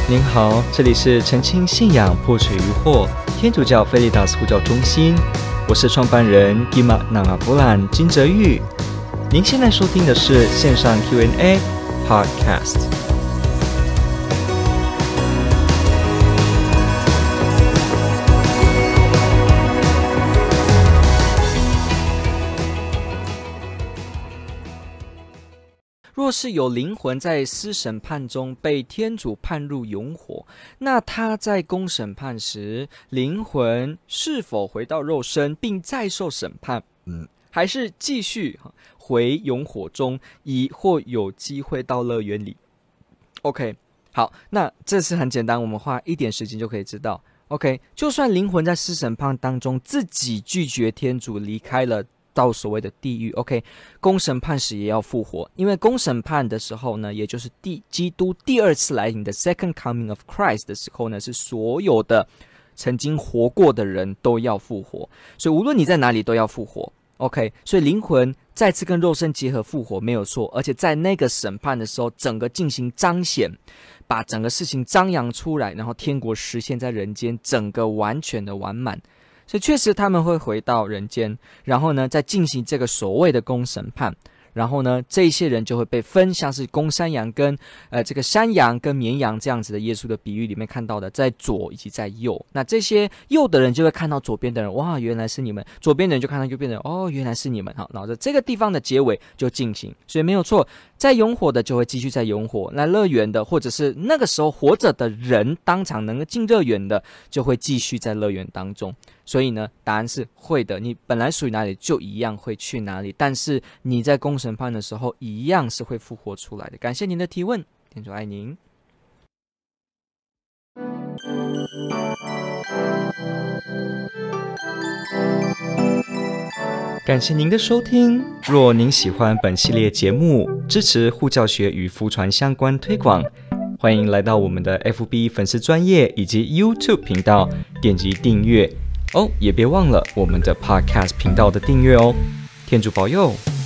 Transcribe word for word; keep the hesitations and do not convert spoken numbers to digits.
您好，这里是澄清信仰破除疑惑天主教菲利达斯呼叫中心，我是创办人 Gima Nangavulan 金哲玉。您现在收听的是线上 Q and A Podcast。若是有灵魂在私审判中被天主判入永火，那他在公审判时，灵魂是否回到肉身并再受审判，嗯，还是继续回永火中，以或有机会到乐园里 ？OK， 好，那这是很简单，我们花一点时间就可以知道。OK， 就算灵魂在私审判当中自己拒绝天主，离开了到所谓的地狱 ，OK， 公审判时也要复活，因为公审判的时候呢，也就是第基督第二次来临的 Second Coming of Christ 的时候呢，是所有的曾经活过的人都要复活，所以无论你在哪里都要复活 ，OK， 所以灵魂再次跟肉身结合复活没有错，而且在那个审判的时候，整个进行彰显，把整个事情张扬出来，然后天国实现在人间，整个完全的完满。所以确实他们会回到人间，然后呢再进行这个所谓的公审判，然后呢这些人就会被分，像是公山羊跟呃这个山羊跟绵羊这样子的耶稣的比喻里面看到的，在左以及在右，那这些右的人就会看到左边的人，哇原来是你们，左边的人就看到右边的人，哦原来是你们，好，然后这个地方的结尾就进行，所以没有错，在永火的就会继续在永火，那乐园的或者是那个时候活着的人当场能够进乐园的，就会继续在乐园当中。所以呢，答案是会的。你本来属于哪里，就一样会去哪里。但是你在公审判的时候，一样是会复活出来的。感谢您的提问，天主爱您。感谢您的收听。若您喜欢本系列节目，支持护教学与福传相关推广，欢迎来到我们的 F B 粉丝专页以及 YouTube 频道，点击订阅。哦，也别忘了我们的 Podcast 频道的订阅哦。天主保佑。